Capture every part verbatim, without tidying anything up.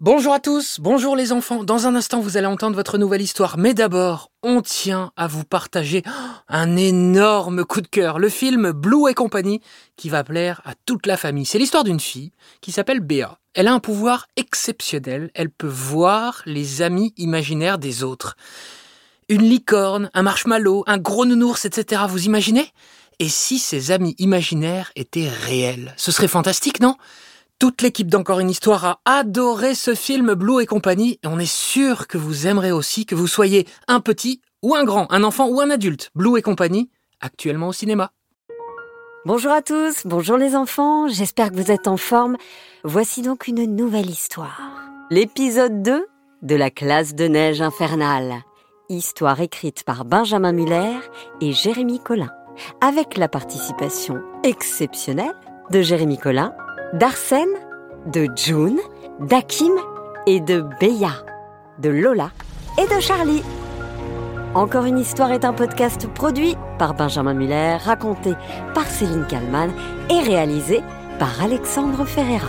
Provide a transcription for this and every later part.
Bonjour à tous, bonjour les enfants. Dans un instant, vous allez entendre votre nouvelle histoire. Mais d'abord, on tient à vous partager un énorme coup de cœur. Le film Blue et compagnie qui va plaire à toute la famille. C'est l'histoire d'une fille qui s'appelle Béa. Elle a un pouvoir exceptionnel. Elle peut voir les amis imaginaires des autres. Une licorne, un marshmallow, un gros nounours, et cetera. Vous imaginez ? Et si ces amis imaginaires étaient réels ? Ce serait fantastique, non ? Toute l'équipe d'Encore une Histoire a adoré ce film Blue et compagnie et on est sûr que vous aimerez aussi, que vous soyez un petit ou un grand, un enfant ou un adulte. Blue et compagnie, actuellement au cinéma. Bonjour à tous, bonjour les enfants, j'espère que vous êtes en forme. Voici donc une nouvelle histoire. L'épisode deux de la classe de neige infernale. Histoire écrite par Benjamin Muller et Jérémy Collin. Avec la participation exceptionnelle de Jérémy Collin, d'Arsène, de June, d'Hakim et de Béa, de Lola et de Charlie. Encore une histoire est un podcast produit par Benjamin Muller, raconté par Céline Kallmann et réalisé par Alexandre Ferreira.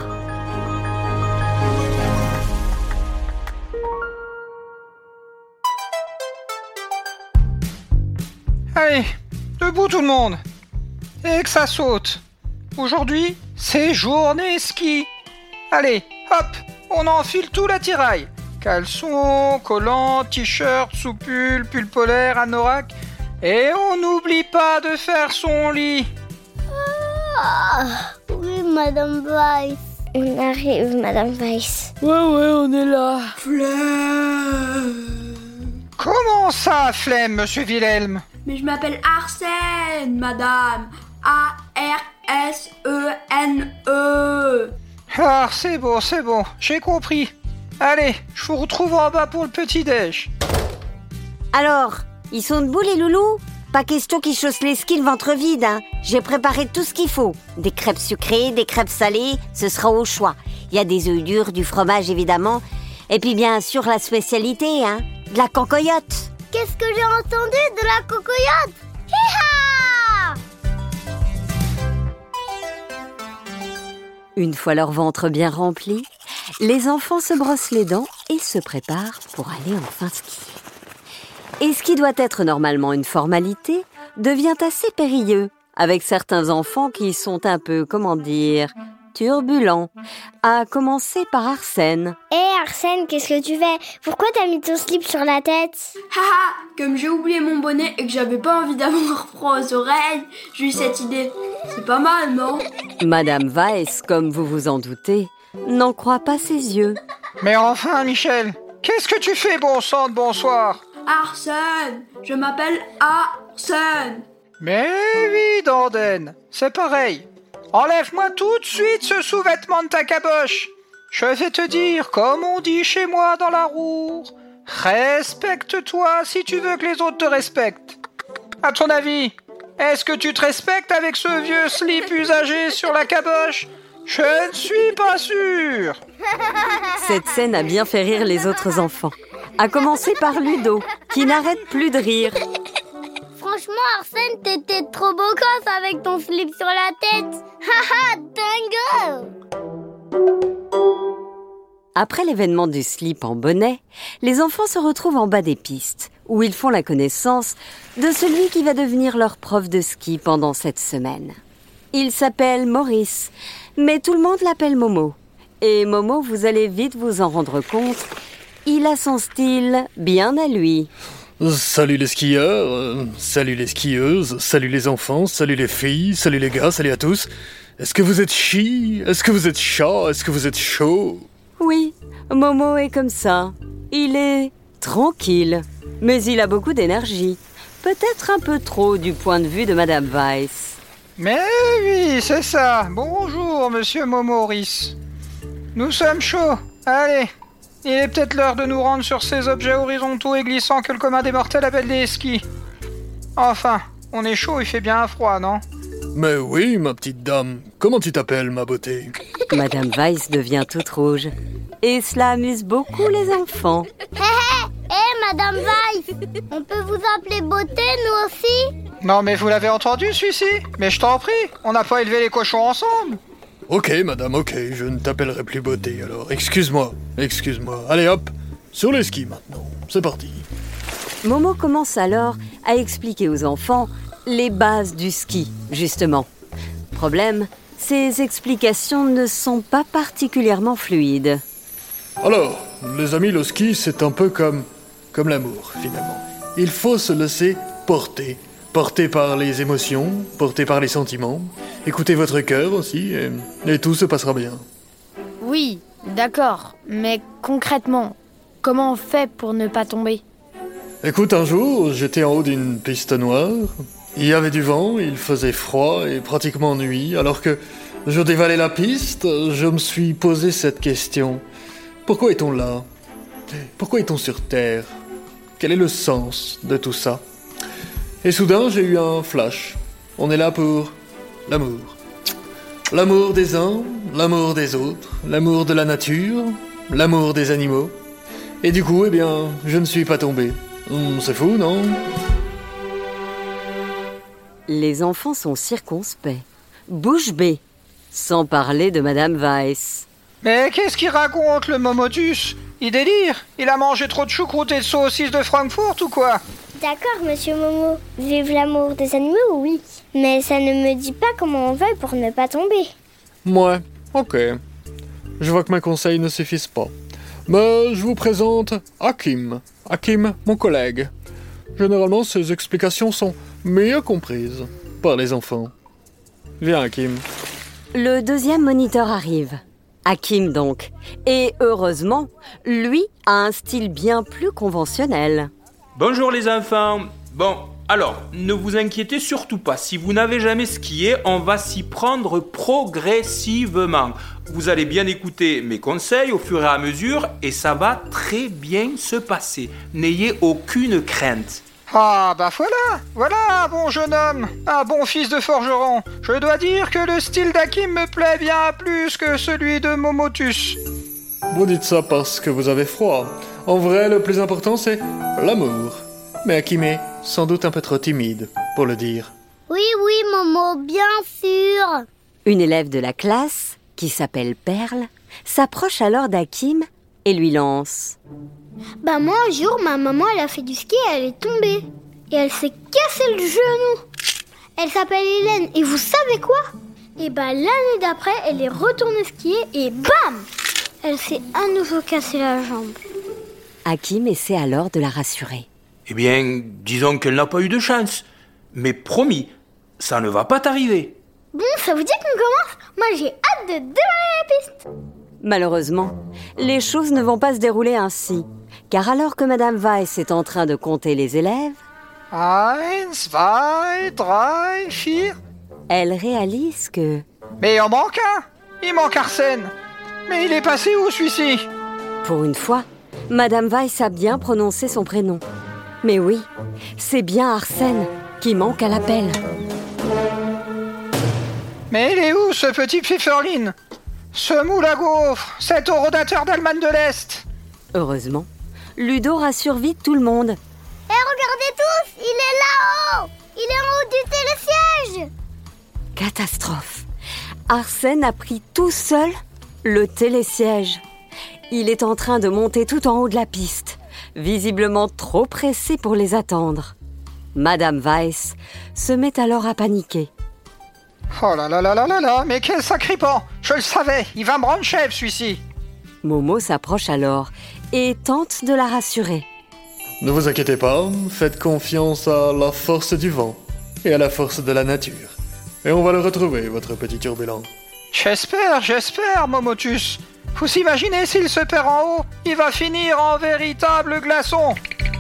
Allez, debout tout le monde, et que ça saute. Aujourd'hui, c'est journée ski. Allez, hop, on enfile tout l'attirail. Caleçon, collants, t-shirt, soupule, pull polaire, anorak. Et on n'oublie pas de faire son lit. Ah, oui, Madame Weiss. On arrive, Madame Weiss. Ouais, ouais, on est là. Flemme. Comment ça, flemme, Monsieur Wilhelm ? Mais je m'appelle Arsène, madame. A R S E N E. Ah, c'est bon, c'est bon, j'ai compris. Allez, je vous retrouve en bas pour le petit-déj. Alors, ils sont debout les loulous ? Pas question qu'ils chaussent les skis le ventre vide, hein. J'ai préparé tout ce qu'il faut. Des crêpes sucrées, des crêpes salées, ce sera au choix. Il y a des œufs durs, du fromage évidemment. Et puis bien sûr la spécialité, hein, de la cancoyote. Qu'est-ce que j'ai entendu de la cocoyote ? Hi-ha ! Une fois leur ventre bien rempli, les enfants se brossent les dents et se préparent pour aller enfin skier. Et ce qui doit être normalement une formalité devient assez périlleux, avec certains enfants qui sont un peu, comment dire, turbulents. À commencer par Arsène. Hé hey Arsène, qu'est-ce que tu fais ? Pourquoi t'as mis ton slip sur la tête ? Haha, comme j'ai oublié mon bonnet et que j'avais pas envie d'avoir froid aux oreilles, j'ai eu cette idée. C'est pas mal, non ? Madame Weiss, comme vous vous en doutez, n'en croit pas ses yeux. Mais enfin, Michel, qu'est-ce que tu fais, bon sang de bonsoir ? Arsène, je m'appelle Arsène. Mais oui, Danden, c'est pareil. Enlève-moi tout de suite ce sous-vêtement de ta caboche. Je vais te dire, comme on dit chez moi dans la Roure, respecte-toi si tu veux que les autres te respectent. À ton avis, est-ce que tu te respectes avec ce vieux slip usagé sur la caboche ? Je ne suis pas sûr. Cette scène a bien fait rire les autres enfants. À commencer par Ludo, qui n'arrête plus de rire. Franchement, Arsène, t'étais trop beau gosse avec ton slip sur la tête. Haha, dingo! Après l'événement du slip en bonnet, les enfants se retrouvent en bas des pistes, où ils font la connaissance de celui qui va devenir leur prof de ski pendant cette semaine. Il s'appelle Maurice, mais tout le monde l'appelle Momo. Et Momo, vous allez vite vous en rendre compte, il a son style bien à lui. Salut les skieurs, euh, salut les skieuses, salut les enfants, salut les filles, salut les gars, salut à tous. Est-ce que vous êtes chi ? Est-ce que vous êtes chat ? Est-ce que vous êtes chaud ? Oui, Momo est comme ça. Il est tranquille, mais il a beaucoup d'énergie. Peut-être un peu trop du point de vue de Madame Weiss. Mais oui, c'est ça. Bonjour, Monsieur Momoris. Nous sommes chauds. Allez, il est peut-être l'heure de nous rendre sur ces objets horizontaux et glissants que le commun des mortels appelle des skis. Enfin, on est chaud, il fait bien froid, non ? Mais oui, ma petite dame. Comment tu t'appelles, ma beauté ? Madame Weiss devient toute rouge. Et cela amuse beaucoup les enfants. Hé hé, hé Madame Weiss, on peut vous appeler beauté, nous aussi ? Non mais vous l'avez entendu celui-ci ? Mais je t'en prie, on n'a pas élevé les cochons ensemble. Ok, madame, ok, je ne t'appellerai plus beauté, alors excuse-moi, excuse-moi. Allez hop, sur les skis maintenant, c'est parti. Momo commence alors à expliquer aux enfants les bases du ski, justement. Problème, ces explications ne sont pas particulièrement fluides. Alors, les amis, le ski, c'est un peu comme, comme l'amour, finalement. Il faut se laisser porter. Porté par les émotions, porté par les sentiments. Écoutez votre cœur aussi, et, et tout se passera bien. Oui, d'accord, mais concrètement, comment on fait pour ne pas tomber ? Écoute, un jour, j'étais en haut d'une piste noire. Il y avait du vent, il faisait froid et pratiquement nuit. Alors que je dévalais la piste, je me suis posé cette question. Pourquoi est-on là ? Pourquoi est-on sur Terre ? Quel est le sens de tout ça ? Et soudain, j'ai eu un flash. On est là pour l'amour. L'amour des uns, l'amour des autres, l'amour de la nature, l'amour des animaux. Et du coup, eh bien, je ne suis pas tombé. Hum, c'est fou, non ? Les enfants sont circonspects, bouche bée, sans parler de Madame Weiss. Mais qu'est-ce qu'il raconte, le Momotus ? Il délire ? Il a mangé trop de choucroute et de saucisses de Francfort ou quoi ? D'accord, monsieur Momo. Vive l'amour des animaux, oui. Mais ça ne me dit pas comment on fait pour ne pas tomber. Ouais, ok. Je vois que mes conseils ne suffisent pas. Mais je vous présente Hakim. Hakim, mon collègue. Généralement, ses explications sont mieux comprises par les enfants. Viens, Hakim. Le deuxième moniteur arrive. Hakim donc. Et heureusement, lui a un style bien plus conventionnel. Bonjour les enfants. Bon, alors, ne vous inquiétez surtout pas. Si vous n'avez jamais skié, on va s'y prendre progressivement. Vous allez bien écouter mes conseils au fur et à mesure et ça va très bien se passer. N'ayez aucune crainte. Ah bah voilà, voilà un bon jeune homme, un bon fils de forgeron. Je dois dire que le style d'Hakim me plaît bien plus que celui de Momotus. Vous dites ça parce que vous avez froid. En vrai, le plus important, c'est l'amour. Mais Hakim est sans doute un peu trop timide pour le dire. Oui, oui, Momo, bien sûr. Une élève de la classe, qui s'appelle Perle, s'approche alors d'Hakim et lui lance. Bah moi, un jour, ma maman, elle a fait du ski et elle est tombée. Et elle s'est cassé le genou. Elle s'appelle Hélène. Et vous savez quoi ? Et bah l'année d'après, elle est retournée skier et bam ! Elle s'est à nouveau cassé la jambe. Hakim essaie alors de la rassurer. Eh bien, disons qu'elle n'a pas eu de chance. Mais promis, ça ne va pas t'arriver. Bon, ça vous dit qu'on commence ? Moi, j'ai hâte de démarrer la piste. Malheureusement, les choses ne vont pas se dérouler ainsi. Car alors que Madame Weiss est en train de compter les élèves... Eins, zwei, drei, vier... Elle réalise que... Mais il en manque un. Il manque Arsène. Mais il est passé où, celui-ci ? Pour une fois, Madame Weiss a bien prononcé son prénom. Mais oui, c'est bien Arsène qui manque à l'appel. Mais il est où, ce petit Pfifferlin ? Ce moule à gaufre, cet orodateur d'Allemagne de l'Est. Heureusement, Ludo rassure vite tout le monde. Eh, regardez tous, il est là-haut. Il est en haut du télésiège. Catastrophe. Arsène a pris tout seul le télésiège. Il est en train de monter tout en haut de la piste, visiblement trop pressé pour les attendre. Madame Weiss se met alors à paniquer. Oh là là là là là là, mais quel sacripant! Je le savais, il va me rendre chef, celui-ci. Momo s'approche alors et tente de la rassurer. Ne vous inquiétez pas, faites confiance à la force du vent et à la force de la nature. Et on va le retrouver, votre petit turbulent. J'espère, j'espère, Momotus. Vous imaginez s'il se perd en haut, il va finir en véritable glaçon.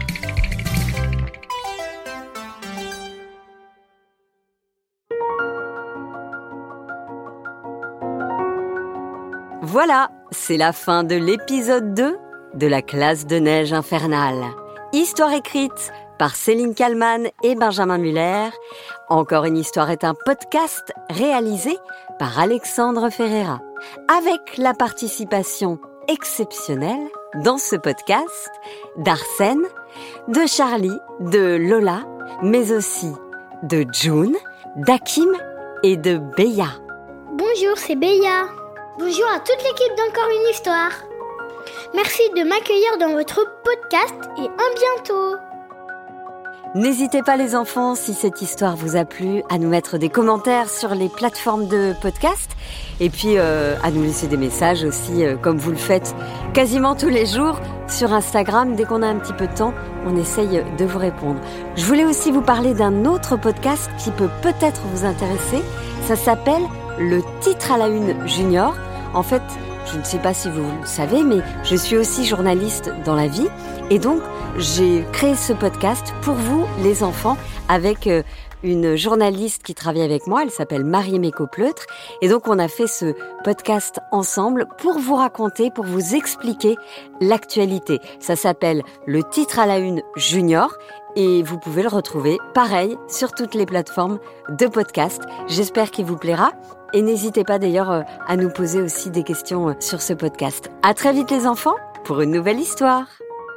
Voilà, c'est la fin de l'épisode deux de la classe de neige infernale. Histoire écrite par Céline Kallmann et Benjamin Muller. Encore une histoire est un podcast réalisé par Alexandre Ferreira, avec la participation exceptionnelle dans ce podcast d'Arsène, de Charlie, de Lola, mais aussi de June, d'Hakim et de Béa. Bonjour, c'est Béa. Bonjour à toute l'équipe d'Encore une histoire. Merci de m'accueillir dans votre podcast et à bientôt. N'hésitez pas les enfants, si cette histoire vous a plu, à nous mettre des commentaires sur les plateformes de podcast et puis euh, à nous laisser des messages aussi, euh, comme vous le faites quasiment tous les jours sur Instagram. Dès qu'on a un petit peu de temps, on essaye de vous répondre. Je voulais aussi vous parler d'un autre podcast qui peut peut-être vous intéresser. Ça s'appelle Le Titre à la Une Junior. En fait, je ne sais pas si vous le savez, mais je suis aussi journaliste dans la vie. Et donc, j'ai créé ce podcast pour vous, les enfants, avec une journaliste qui travaille avec moi. Elle s'appelle Marie Méco-Pleutre. Et donc, on a fait ce podcast ensemble pour vous raconter, pour vous expliquer l'actualité. Ça s'appelle Le Titre à la Une Junior. Et vous pouvez le retrouver, pareil, sur toutes les plateformes de podcast. J'espère qu'il vous plaira. Et n'hésitez pas d'ailleurs à nous poser aussi des questions sur ce podcast. À très vite les enfants, pour une nouvelle histoire.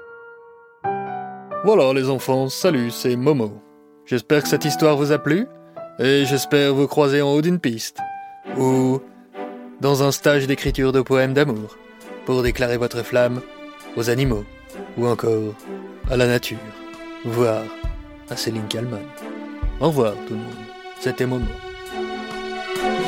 Voilà les enfants, salut, c'est Momo. J'espère que cette histoire vous a plu, et j'espère vous croiser en haut d'une piste, ou dans un stage d'écriture de poèmes d'amour, pour déclarer votre flamme aux animaux, ou encore à la nature, voire à Céline Kallmann. Au revoir tout le monde, c'était Momo.